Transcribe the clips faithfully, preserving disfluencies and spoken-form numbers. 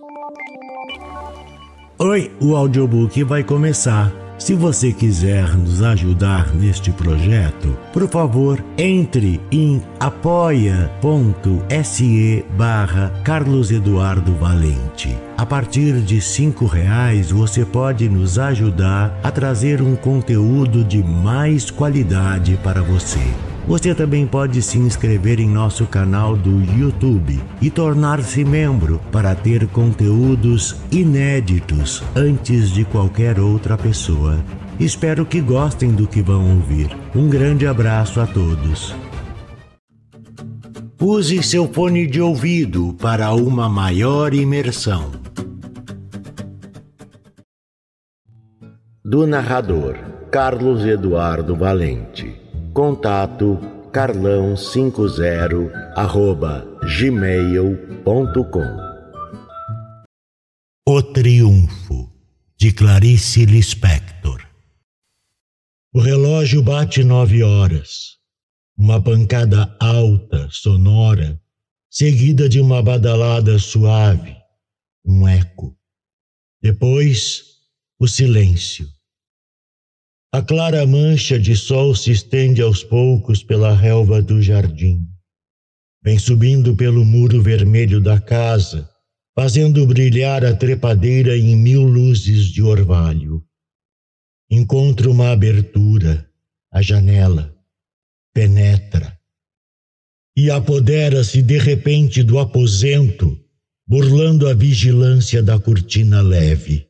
Oi, o audiobook vai começar. Se você quiser nos ajudar neste projeto, por favor, entre em apoia.se barra Carlos Eduardo Valente. A partir de cinco reais você pode nos ajudar a trazer um conteúdo de mais qualidade para você. Você também pode se inscrever em nosso canal do YouTube e tornar-se membro para ter conteúdos inéditos antes de qualquer outra pessoa. Espero que gostem do que vão ouvir. Um grande abraço a todos. Use seu fone de ouvido para uma maior imersão. Do narrador Carlos Eduardo Valente. Contato carlão cinquenta arroba gmail ponto com. O Triunfo, de Clarice Lispector. O relógio bate nove horas. Uma pancada alta, sonora, seguida de uma badalada suave, um eco. Depois, o silêncio. A clara mancha de sol se estende aos poucos pela relva do jardim. Vem subindo pelo muro vermelho da casa, fazendo brilhar a trepadeira em mil luzes de orvalho. Encontra uma abertura, a janela, penetra e apodera-se de repente do aposento, burlando a vigilância da cortina leve.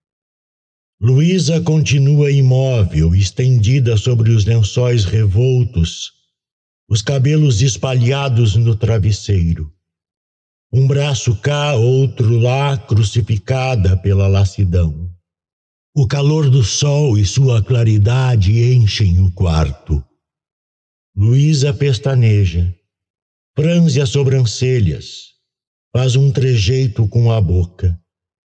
Luísa continua imóvel, estendida sobre os lençóis revoltos, os cabelos espalhados no travesseiro. Um braço cá, outro lá, crucificada pela lassidão. O calor do sol e sua claridade enchem o quarto. Luísa pestaneja, franze as sobrancelhas, faz um trejeito com a boca.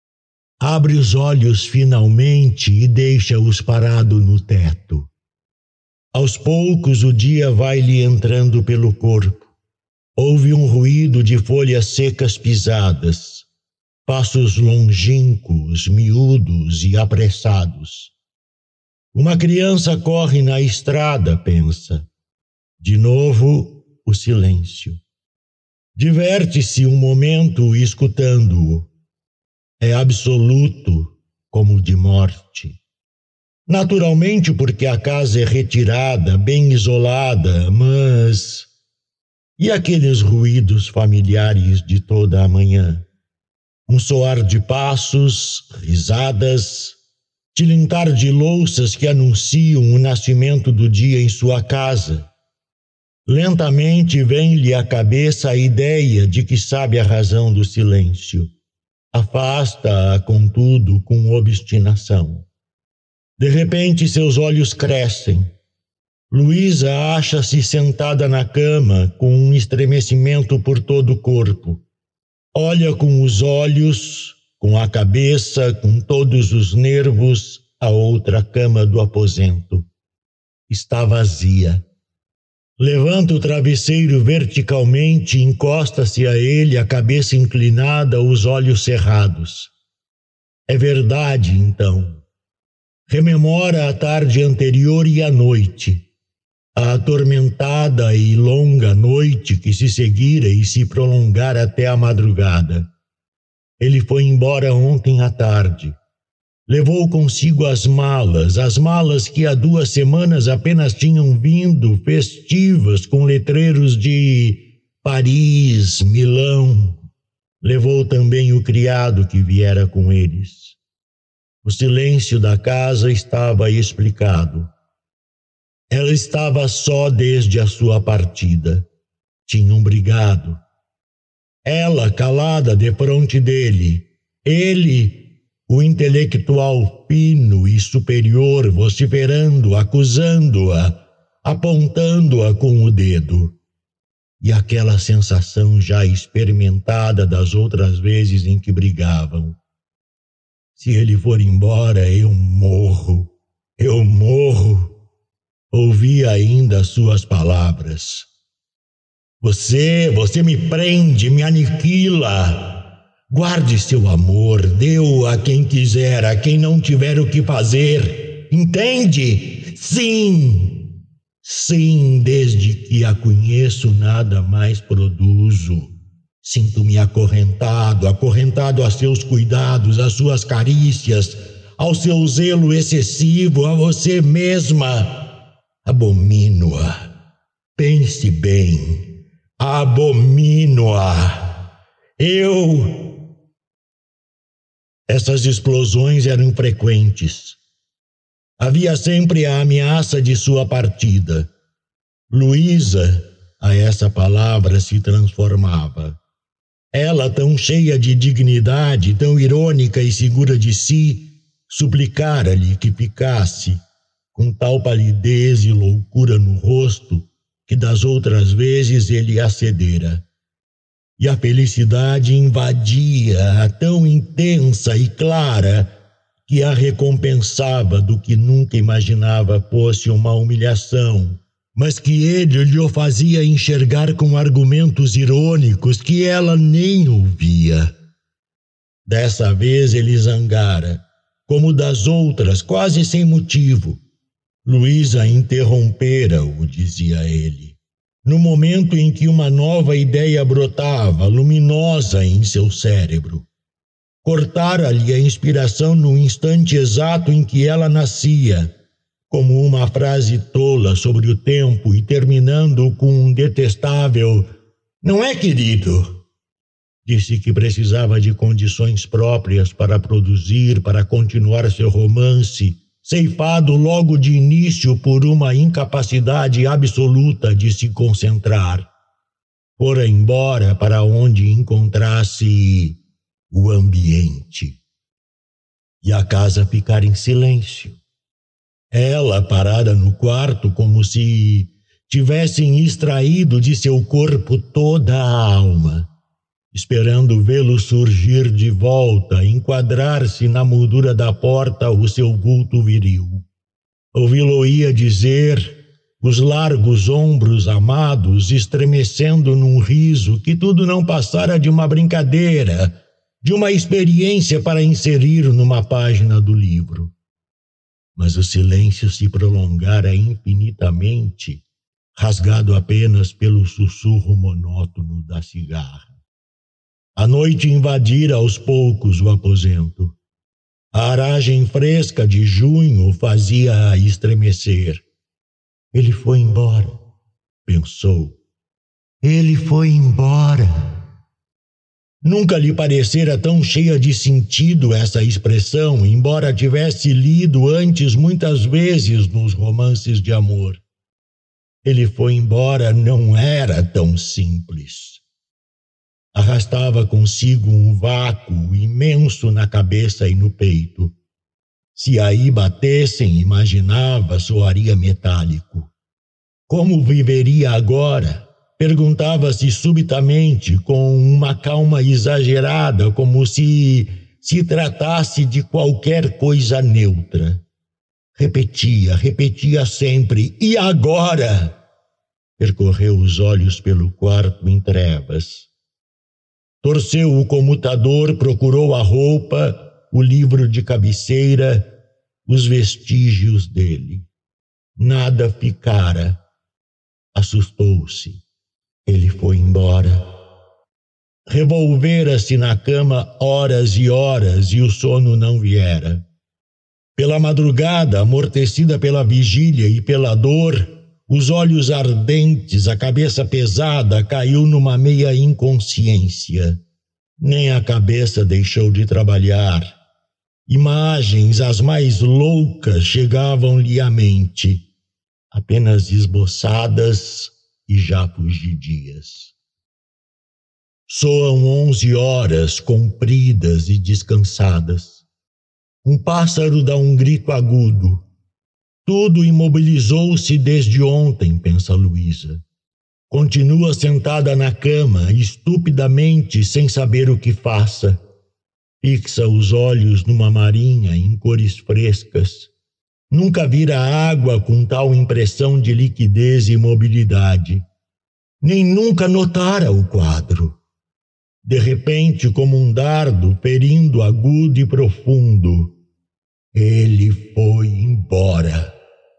Abre os olhos finalmente e deixa-os parado no teto. Aos poucos o dia vai-lhe entrando pelo corpo. Ouve um ruído de folhas secas pisadas, passos longínquos, miúdos e apressados. Uma criança corre na estrada, pensa. De novo, o silêncio. Diverte-se um momento escutando-o. É absoluto, como de morte. Naturalmente, porque a casa é retirada, bem isolada, mas... E aqueles ruídos familiares de toda a manhã? Um soar de passos, risadas, tilintar de louças que anunciam o nascimento do dia em sua casa. Lentamente vem-lhe à cabeça a ideia de que sabe a razão do silêncio. Afasta-a, contudo, com obstinação. De repente, seus olhos crescem. Luísa acha-se sentada na cama, com um estremecimento por todo o corpo. Olha com os olhos, com a cabeça, com todos os nervos, a outra cama do aposento. Está vazia. Levanta o travesseiro verticalmente e encosta-se a ele, a cabeça inclinada, os olhos cerrados. É verdade, então. Rememora a tarde anterior e a noite, a atormentada e longa noite que se seguira e se prolongara até a madrugada. Ele foi embora ontem à tarde. Levou consigo as malas, as malas que há duas semanas apenas tinham vindo, festivas, com letreiros de Paris, Milão. Levou também o criado que viera com eles. O silêncio da casa estava explicado. Ela estava só desde a sua partida. Tinham brigado. Ela calada defronte dele. Ele... o intelectual fino e superior vociferando, acusando-a, apontando-a com o dedo. E aquela sensação já experimentada das outras vezes em que brigavam. Se ele for embora, eu morro, eu morro. Ouvi ainda suas palavras. Você, você me prende, me aniquila. Guarde seu amor, dê-o a quem quiser, a quem não tiver o que fazer. Entende? Sim, sim, desde que a conheço nada mais produzo. Sinto-me acorrentado, acorrentado a seus cuidados, às suas carícias, ao seu zelo excessivo, a você mesma. Abomino-a. Pense bem. Abomino-a. Eu... Essas explosões eram frequentes. Havia sempre a ameaça de sua partida. Luísa, a essa palavra se transformava. Ela, tão cheia de dignidade, tão irônica e segura de si, suplicara-lhe que ficasse, com tal palidez e loucura no rosto, que das outras vezes ele acedera. E a felicidade invadia-a tão intensa e clara que a recompensava do que nunca imaginava fosse uma humilhação, mas que ele lhe o fazia enxergar com argumentos irônicos que ela nem ouvia. Dessa vez ele zangara, como das outras, quase sem motivo. Luísa interrompera-o, dizia ele, no momento em que uma nova ideia brotava, luminosa em seu cérebro. Cortara-lhe a inspiração no instante exato em que ela nascia, como uma frase tola sobre o tempo e terminando com um detestável "não é, querido?". Disse que precisava de condições próprias para produzir, para continuar seu romance, ceifado logo de início por uma incapacidade absoluta de se concentrar. Fora embora para onde encontrasse o ambiente. E a casa ficara em silêncio. Ela parada no quarto como se tivessem extraído de seu corpo toda a alma, esperando vê-lo surgir de volta, enquadrar-se na moldura da porta o seu vulto viril. Ouvi-lo-ia dizer, os largos ombros amados estremecendo num riso que tudo não passara de uma brincadeira, de uma experiência para inserir numa página do livro. Mas o silêncio se prolongara infinitamente, rasgado apenas pelo sussurro monótono da cigarra. A noite invadira aos poucos o aposento. A aragem fresca de junho fazia-a estremecer. Ele foi embora, pensou. Ele foi embora. Nunca lhe parecera tão cheia de sentido essa expressão, embora tivesse lido antes muitas vezes nos romances de amor. Ele foi embora não era tão simples. Arrastava consigo um vácuo imenso na cabeça e no peito. Se aí batessem, imaginava, soaria metálico. Como viveria agora? Perguntava-se subitamente, com uma calma exagerada, como se se tratasse de qualquer coisa neutra. Repetia, repetia sempre, e agora? Percorreu os olhos pelo quarto em trevas. Torceu o comutador, procurou a roupa, o livro de cabeceira, os vestígios dele. Nada ficara. Assustou-se. Ele foi embora. Revolvera-se na cama horas e horas e o sono não viera. Pela madrugada, amortecida pela vigília e pela dor, os olhos ardentes, a cabeça pesada, caiu numa meia inconsciência. Nem a cabeça deixou de trabalhar. Imagens, as mais loucas, chegavam-lhe à mente, apenas esboçadas e já fugidias. Soam onze horas compridas e descansadas. Um pássaro dá um grito agudo. Tudo imobilizou-se desde ontem, pensa Luísa. Continua sentada na cama, estupidamente, sem saber o que faça. Fixa os olhos numa marinha em cores frescas. Nunca vira água com tal impressão de liquidez e mobilidade. Nem nunca notara o quadro. De repente, como um dardo, ferindo agudo e profundo, ele foi embora.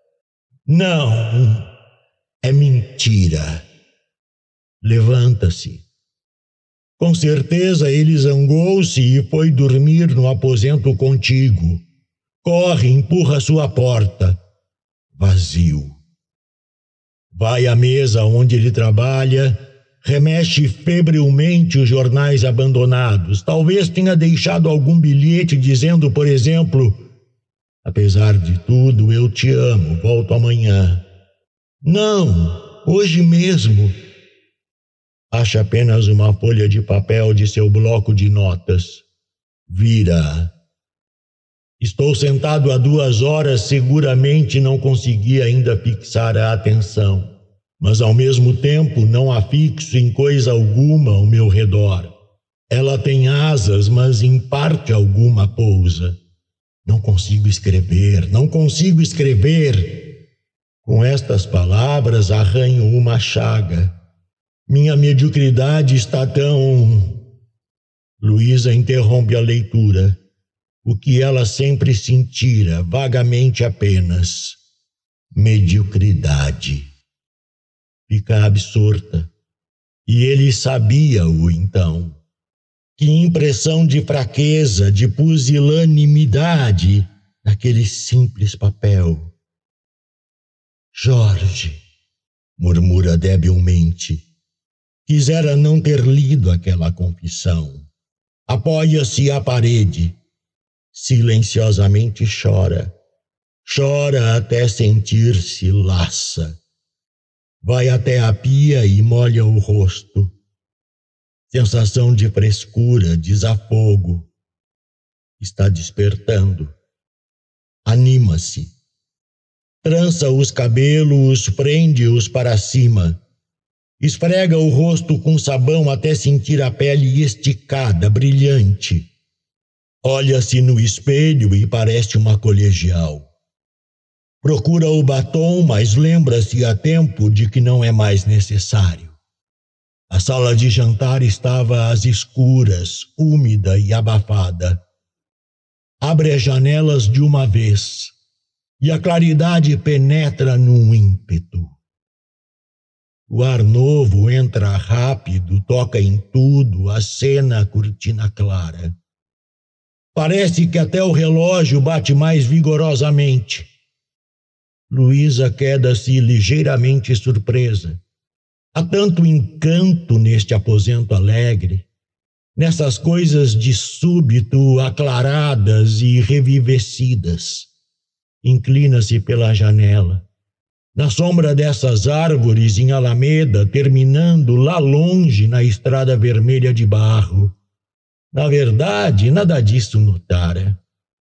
Não, é mentira. Levanta-se. Com certeza ele zangou-se e foi dormir no aposento contíguo. Corre, empurra sua porta. Vazio. Vai à mesa onde ele trabalha, remexe febrilmente os jornais abandonados. Talvez tenha deixado algum bilhete dizendo, por exemplo, apesar de tudo, eu te amo, volto amanhã. Não, hoje mesmo. Acha apenas uma folha de papel de seu bloco de notas. Vira. Estou sentado há duas horas, seguramente não consegui ainda fixar a atenção, mas ao mesmo tempo não a fixo em coisa alguma ao meu redor. Ela tem asas, mas em parte alguma pousa. Não consigo escrever, não consigo escrever. Com estas palavras arranho uma chaga. Minha mediocridade está tão... Luísa interrompe a leitura. O que ela sempre sentira, vagamente apenas. Mediocridade. Fica absorta. E ele sabia-o então. Que impressão de fraqueza, de pusilanimidade naquele simples papel. Jorge, murmura debilmente. Quisera não ter lido aquela confissão. Apoia-se à parede. Silenciosamente chora. Chora até sentir-se laça. Vai até a pia e molha o rosto. Sensação de frescura, desafogo. Está despertando. Anima-se. Trança os cabelos, prende-os para cima. Esfrega o rosto com sabão até sentir a pele esticada, brilhante. Olha-se no espelho e parece uma colegial. Procura o batom, mas lembra-se a tempo de que não é mais necessário. A sala de jantar estava às escuras, úmida e abafada. Abre as janelas de uma vez e a claridade penetra num ímpeto. O ar novo entra rápido, toca em tudo, acena a cortina clara. Parece que até o relógio bate mais vigorosamente. Luísa queda-se ligeiramente surpresa. Há tanto encanto neste aposento alegre, nessas coisas de súbito aclaradas e revivecidas. Inclina-se pela janela. Na sombra dessas árvores em alameda, terminando lá longe na estrada vermelha de barro. Na verdade, nada disso notara.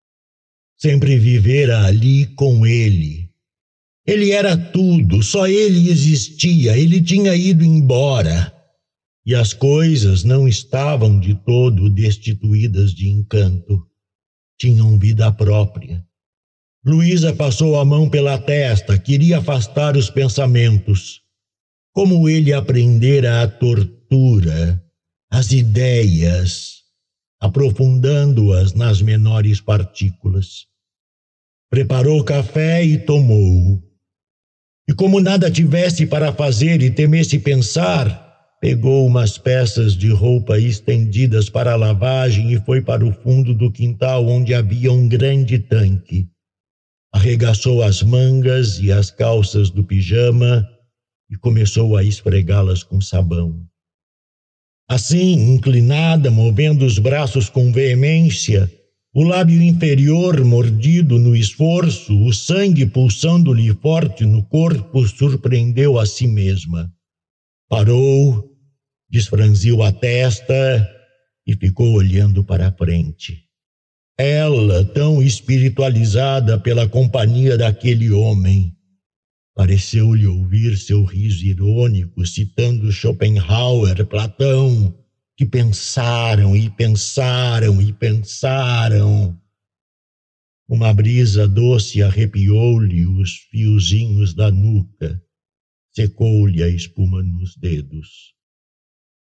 Sempre vivera ali com ele. Ele era tudo, só ele existia, ele tinha ido embora. E as coisas não estavam de todo destituídas de encanto. Tinham vida própria. Luísa passou a mão pela testa, queria afastar os pensamentos. Como ele aprendera a tortura, as ideias, aprofundando-as nas menores partículas. Preparou café e tomou-o. E como nada tivesse para fazer e temesse pensar, pegou umas peças de roupa estendidas para a lavagem e foi para o fundo do quintal onde havia um grande tanque. Arregaçou as mangas e as calças do pijama e começou a esfregá-las com sabão. Assim, inclinada, movendo os braços com veemência, o lábio inferior mordido no esforço, o sangue pulsando-lhe forte no corpo, surpreendeu a si mesma. Parou, desfranziu a testa e ficou olhando para a frente. Ela, tão espiritualizada pela companhia daquele homem, pareceu-lhe ouvir seu riso irônico citando Schopenhauer, Platão, que pensaram e pensaram e pensaram. Uma brisa doce arrepiou-lhe os fiozinhos da nuca, secou-lhe a espuma nos dedos.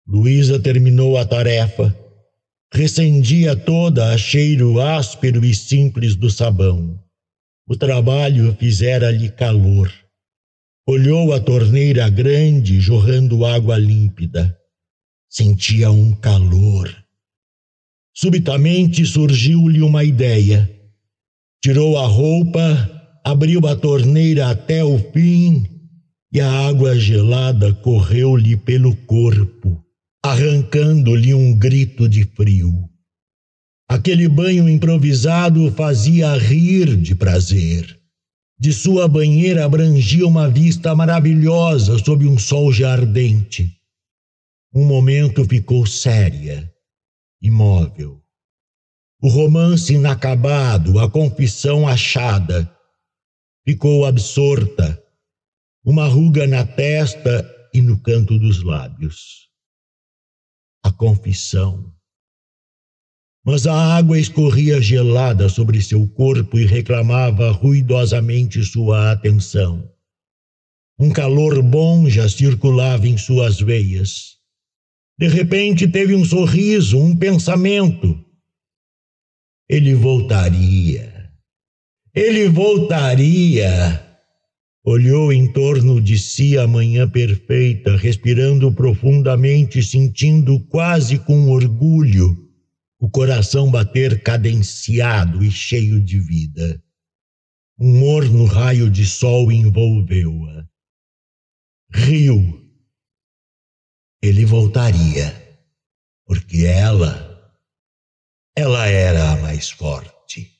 Luísa terminou a tarefa. Recendia toda a cheiro áspero e simples do sabão. O trabalho fizera-lhe calor. Olhou a torneira grande jorrando água límpida. Sentia um calor. Subitamente surgiu-lhe uma ideia. Tirou a roupa, abriu a torneira até o fim e a água gelada correu-lhe pelo corpo, arrancando-lhe um grito de frio. Aquele banho improvisado fazia rir de prazer. De sua banheira abrangia uma vista maravilhosa sob um sol já ardente. Um momento ficou séria, imóvel. O romance inacabado, a confissão achada. Ficou absorta, uma ruga na testa e no canto dos lábios. A confissão. Mas a água escorria gelada sobre seu corpo e reclamava ruidosamente sua atenção. Um calor bom já circulava em suas veias. De repente teve um sorriso, um pensamento. Ele voltaria. Ele voltaria. Olhou em torno de si a manhã perfeita, respirando profundamente, sentindo quase com orgulho o coração bater cadenciado e cheio de vida. Um morno raio de sol envolveu-a. Riu. Ele voltaria, porque ela, ela era a mais forte.